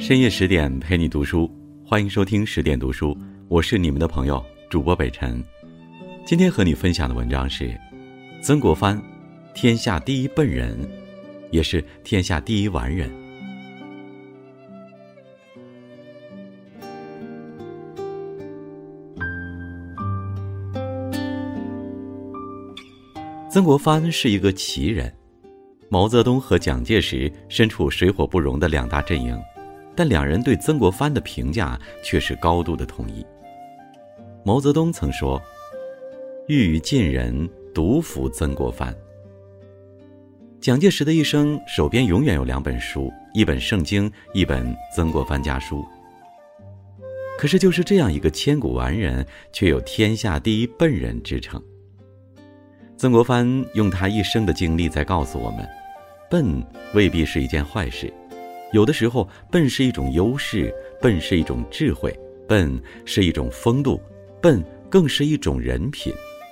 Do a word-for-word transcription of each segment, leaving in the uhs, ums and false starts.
深夜十点陪你读书，欢迎收听十点读书，我是你们的朋友主播北辰。今天和你分享的文章是曾国藩，天下第一笨人，也是天下第一完人。曾国藩是一个奇人，毛泽东和蒋介石身处水火不容的两大阵营，但两人对曾国藩的评价却是高度的统一。毛泽东曾说，欲与近人，独服曾国藩。蒋介石的一生手边永远有两本书，一本圣经，一本曾国藩家书。可是就是这样一个千古完人，却有天下第一笨人之称。曾国藩用他一生的经历在告诉我们，笨未必是一件坏事，有的时候笨是一种优势，笨是一种智慧，笨是一种风度，笨更是一种人品。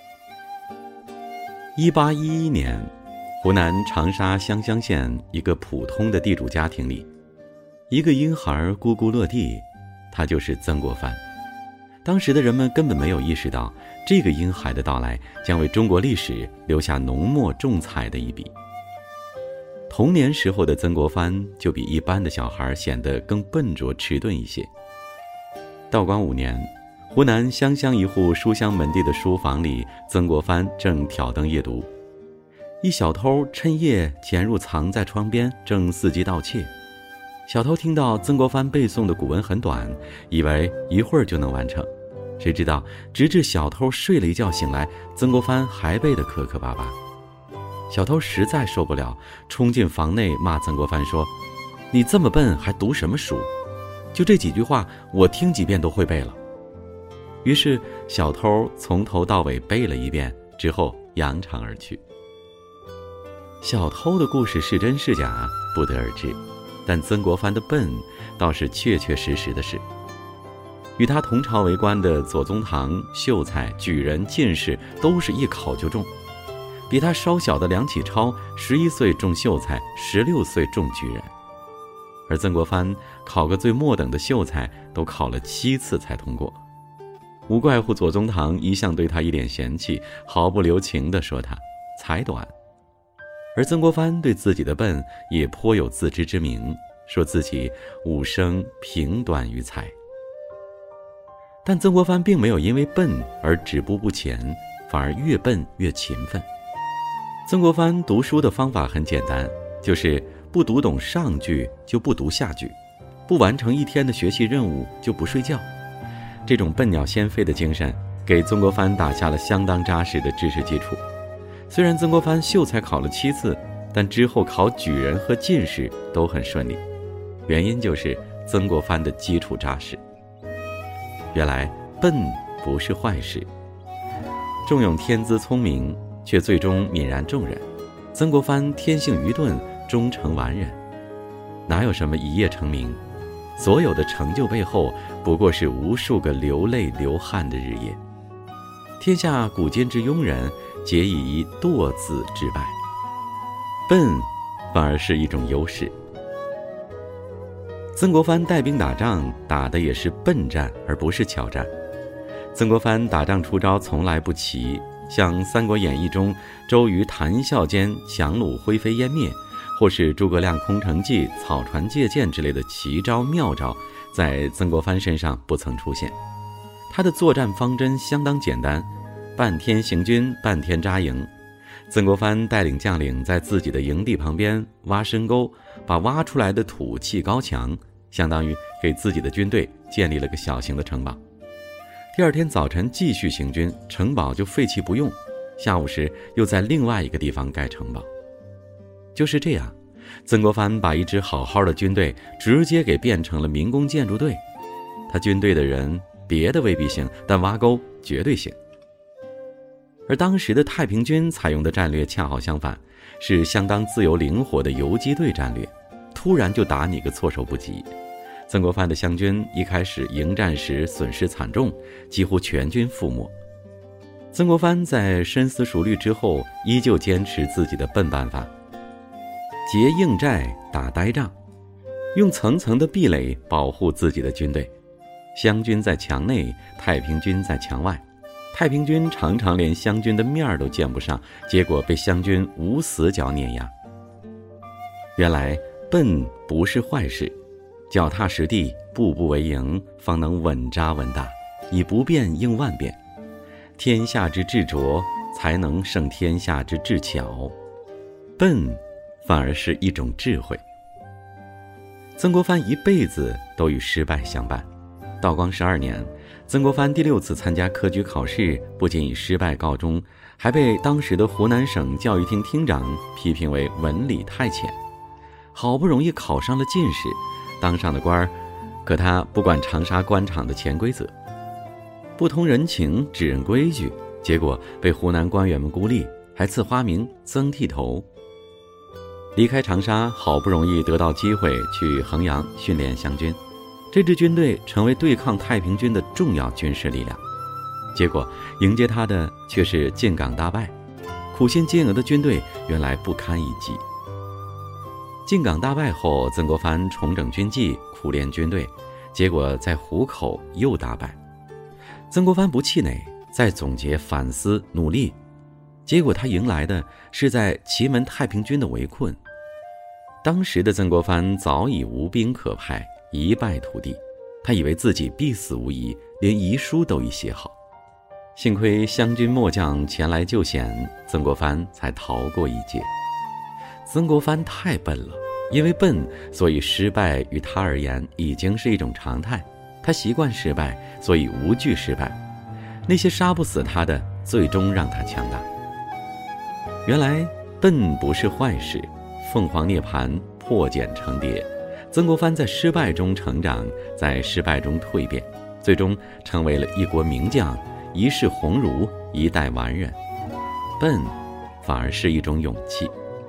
一八一一年，湖南长沙湘乡县一个普通的地主家庭里，一个婴孩咕咕落地，他就是曾国藩。当时的人们根本没有意识到，这个婴孩的到来将为中国历史留下浓墨重彩的一笔。童年时候的曾国藩就比一般的小孩显得更笨拙迟钝一些。道光五年，湖南湘乡一户书香门第的书房里，曾国藩正挑灯夜读，一小偷趁夜潜入藏在窗边，正伺机盗窃。小偷听到曾国藩背诵的古文很短，以为一会儿就能完成，谁知道直至小偷睡了一觉醒来，曾国藩还背得磕磕巴巴。小偷实在受不了，冲进房内骂曾国藩说，你这么笨还读什么书？就这几句话我听几遍都会背了。于是小偷从头到尾背了一遍之后扬长而去。小偷的故事是真是假不得而知，但曾国藩的笨倒是确确实实的事。与他同朝为官的左宗棠、秀才、举人、进士都是一考就中，比他稍小的梁启超十一岁中秀才，十六岁中举人，而曾国藩考个最末等的秀才都考了七次才通过。无怪乎左宗棠一向对他一脸嫌弃，毫不留情地说他才短。而曾国藩对自己的笨也颇有自知之明，说自己吾生平短于才。但曾国藩并没有因为笨而止步不前，反而越笨越勤奋。曾国藩读书的方法很简单，就是不读懂上句就不读下句，不完成一天的学习任务就不睡觉。这种笨鸟先飞的精神给曾国藩打下了相当扎实的知识基础。虽然曾国藩秀才考了七次，但之后考举人和进士都很顺利，原因就是曾国藩的基础扎实。原来笨不是坏事，仲永天资聪明，却最终泯然众人。曾国藩天性愚钝，终成完人。哪有什么一夜成名，所有的成就背后不过是无数个流泪流汗的日夜。天下古今之庸人，皆以一惰字之败。笨反而是一种优势。曾国藩带兵打仗，打的也是笨战，而不是巧战。曾国藩打仗出招从来不奇，像《三国演义》中周瑜谈笑间降虏灰飞烟灭，或是诸葛亮空城计、草船借箭之类的奇招妙招，在曾国藩身上不曾出现。他的作战方针相当简单，半天行军，半天扎营。曾国藩带领将领在自己的营地旁边挖深沟，把挖出来的土砌高墙，相当于给自己的军队建立了个小型的城堡。第二天早晨继续行军，城堡就废弃不用，下午时又在另外一个地方盖城堡。就是这样，曾国藩把一支好好的军队直接给变成了民工建筑队。他军队的人别的未必行，但挖沟绝对行。而当时的太平军采用的战略恰好相反，是相当自由灵活的游击队战略，突然就打你个措手不及。曾国藩的湘军一开始迎战时损失惨重，几乎全军覆没。曾国藩在深思熟虑之后，依旧坚持自己的笨办法，劫硬寨打呆仗。 用层层的壁垒保护自己的军队。湘军在墙内，太平军在墙外。太平军常常连湘军的面儿都见不上，结果被湘军无死角碾压。原来笨不是坏事，脚踏实地，步步为营，方能稳扎稳打，以不变应万变。天下之智拙，才能胜天下之智巧。笨反而是一种智慧。曾国藩一辈子都与失败相伴。道光十二年，曾国藩第六次参加科举考试，不仅以失败告终，还被当时的湖南省教育厅厅长批评为文理太浅。好不容易考上了进士，当上的官儿，可他不管长沙官场的潜规则，不通人情，只认规矩，结果被湖南官员们孤立，还赐花名曾剃头。离开长沙，好不容易得到机会去衡阳训练湘军，这支军队成为对抗太平军的重要军事力量。结果迎接他的却是进港大败，苦心经营的军队原来不堪一击。进港大败后，曾国藩重整军纪，苦练军队，结果在湖口又大败。曾国藩不气馁，再总结反思努力，结果他迎来的是在祁门太平军的围困。当时的曾国藩早已无兵可派，一败涂地，他以为自己必死无疑，连遗书都已写好。幸亏湘军末将前来救险，曾国藩才逃过一劫。曾国藩太笨了，因为笨，所以失败于他而言已经是一种常态。他习惯失败，所以无惧失败。那些杀不死他的，最终让他强大。原来笨不是坏事，凤凰涅槃，破茧成蝶。曾国藩在失败中成长，在失败中蜕变，最终成为了一国名将，一世鸿儒，一代完人。笨反而是一种勇气。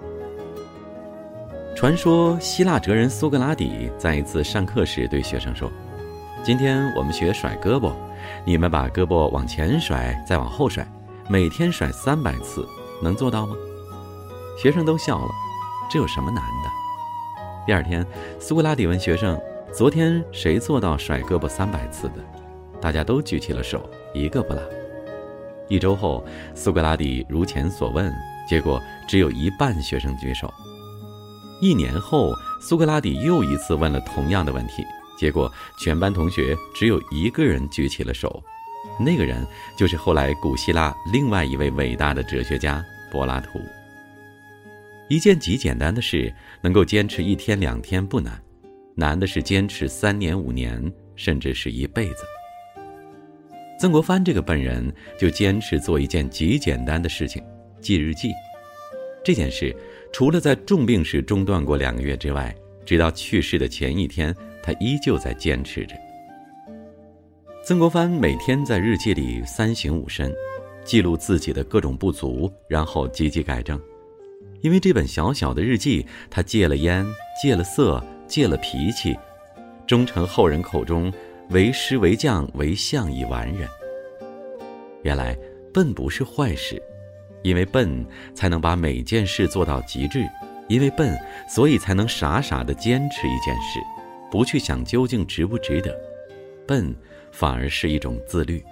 传说希腊哲人苏格拉底在一次上课时对学生说，今天我们学甩胳膊，你们把胳膊往前甩，再往后甩，每天甩三百次，能做到吗？学生都笑了，这有什么难的？第二天，苏格拉底问学生，昨天谁做到甩胳膊三百次的？大家都举起了手，一个不落。一周后，苏格拉底如前所问，结果只有一半学生举手。一年后，苏格拉底又一次问了同样的问题，结果全班同学只有一个人举起了手，那个人就是后来古希腊另外一位伟大的哲学家柏拉图。一件极简单的事，能够坚持一天两天不难，难的是坚持三年五年，甚至是一辈子。曾国藩这个笨人就坚持做一件极简单的事情，记日记。这件事除了在重病时中断过两个月之外，直到去世的前一天，他依旧在坚持着。曾国藩每天在日记里三省吾身，记录自己的各种不足，然后积极改正。因为这本小小的日记，他戒了烟，戒了色，戒了脾气，终成后人口中为师为将为相以完人。原来笨不是坏事，因为笨才能把每件事做到极致，因为笨所以才能傻傻地坚持一件事，不去想究竟值不值得。笨反而是一种自律。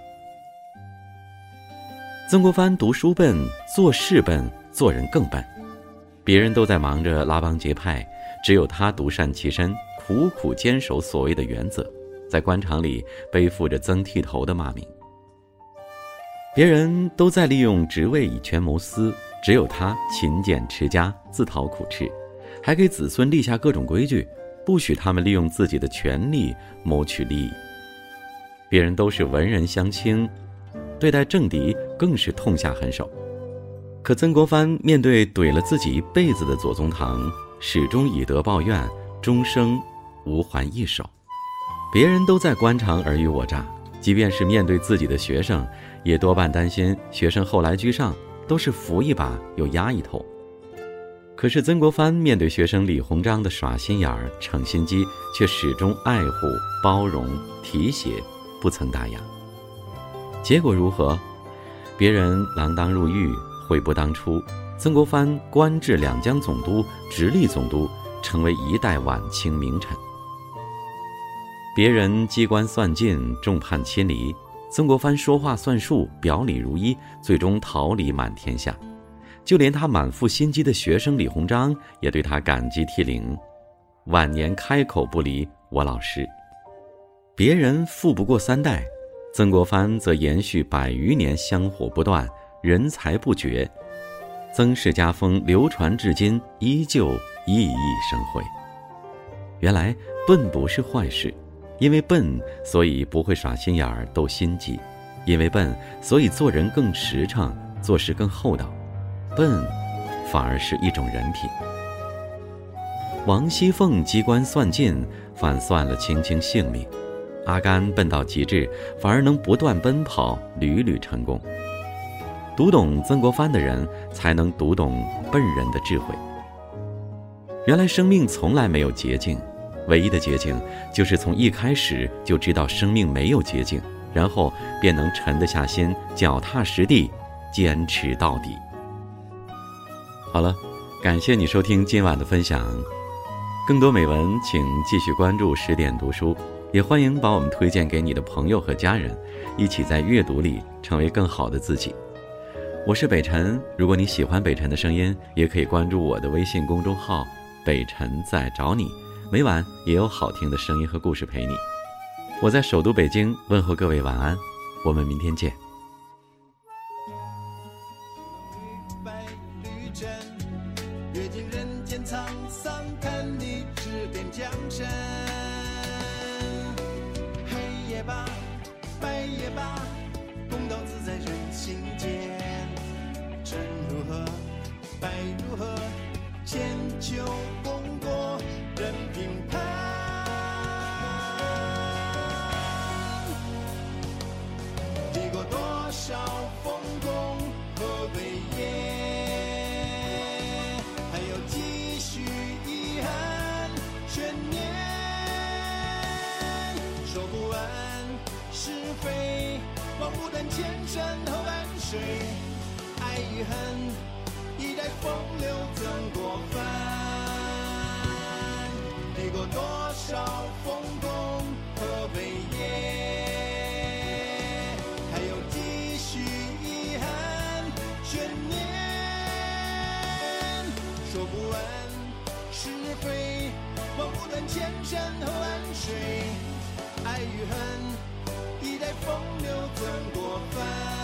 曾国藩读书笨，做事笨，做人更笨。别人都在忙着拉帮结派，只有他独善其身，苦苦坚守所谓的原则，在官场里背负着曾剃头的骂名。别人都在利用职位以权谋私，只有他勤俭持家，自讨苦吃，还给子孙立下各种规矩，不许他们利用自己的权力谋取利益。别人都是文人相轻，对待政敌更是痛下狠手。可曾国藩面对怼了自己一辈子的左宗棠，始终以德报怨，终生无还一手。别人都在官场尔虞我诈，即便是面对自己的学生，也多半担心学生后来居上，都是扶一把又压一头。可是曾国藩面对学生李鸿章的耍心眼儿、逞心机，却始终爱护、包容、提携，不曾打压。结果如何？别人锒铛入狱，悔不当初，曾国藩官至两江总督、直隶总督， 成为一代晚清名臣。别人机关算尽，众叛亲离，曾国藩说话算数，表里如一，最终桃李满天下。就连他满腹心机的学生李鸿章也对他感激涕零，晚年开口不离我老师。别人富不过三代，曾国藩则延续百余年，香火不断，人才不绝，曾氏家风流传至今，依旧熠熠生辉。原来笨不是坏事，因为笨，所以不会耍心眼儿斗心机；因为笨，所以做人更实诚，做事更厚道。笨反而是一种人品。王熙凤机关算尽，反算了卿卿性命；阿甘笨到极致，反而能不断奔跑，屡屡成功。读懂曾国藩的人，才能读懂笨人的智慧。原来生命从来没有捷径，唯一的捷径就是从一开始就知道生命没有捷径，然后便能沉得下心，脚踏实地，坚持到底。好了，感谢你收听今晚的分享。更多美文请继续关注十点读书，也欢迎把我们推荐给你的朋友和家人，一起在阅读里成为更好的自己。我是北辰，如果你喜欢北辰的声音，也可以关注我的微信公众号北辰在找你，每晚也有好听的声音和故事陪你。我在首都北京问候各位晚安，我们明天见。 阅尽人间沧桑，看你指点江山。黑夜吧，白夜吧，公道自在人心间。真如何，白如何，千秋功过任评判。历过多少丰功和伟业，几许遗憾悬念，说不完是非，望不断前山后岸水，爱与恨，一代风流曾国藩。历过多少丰功和伟业，还有几许遗憾悬念，说不完是非，望不断前山后岸水，爱与恨，一代风流曾国藩。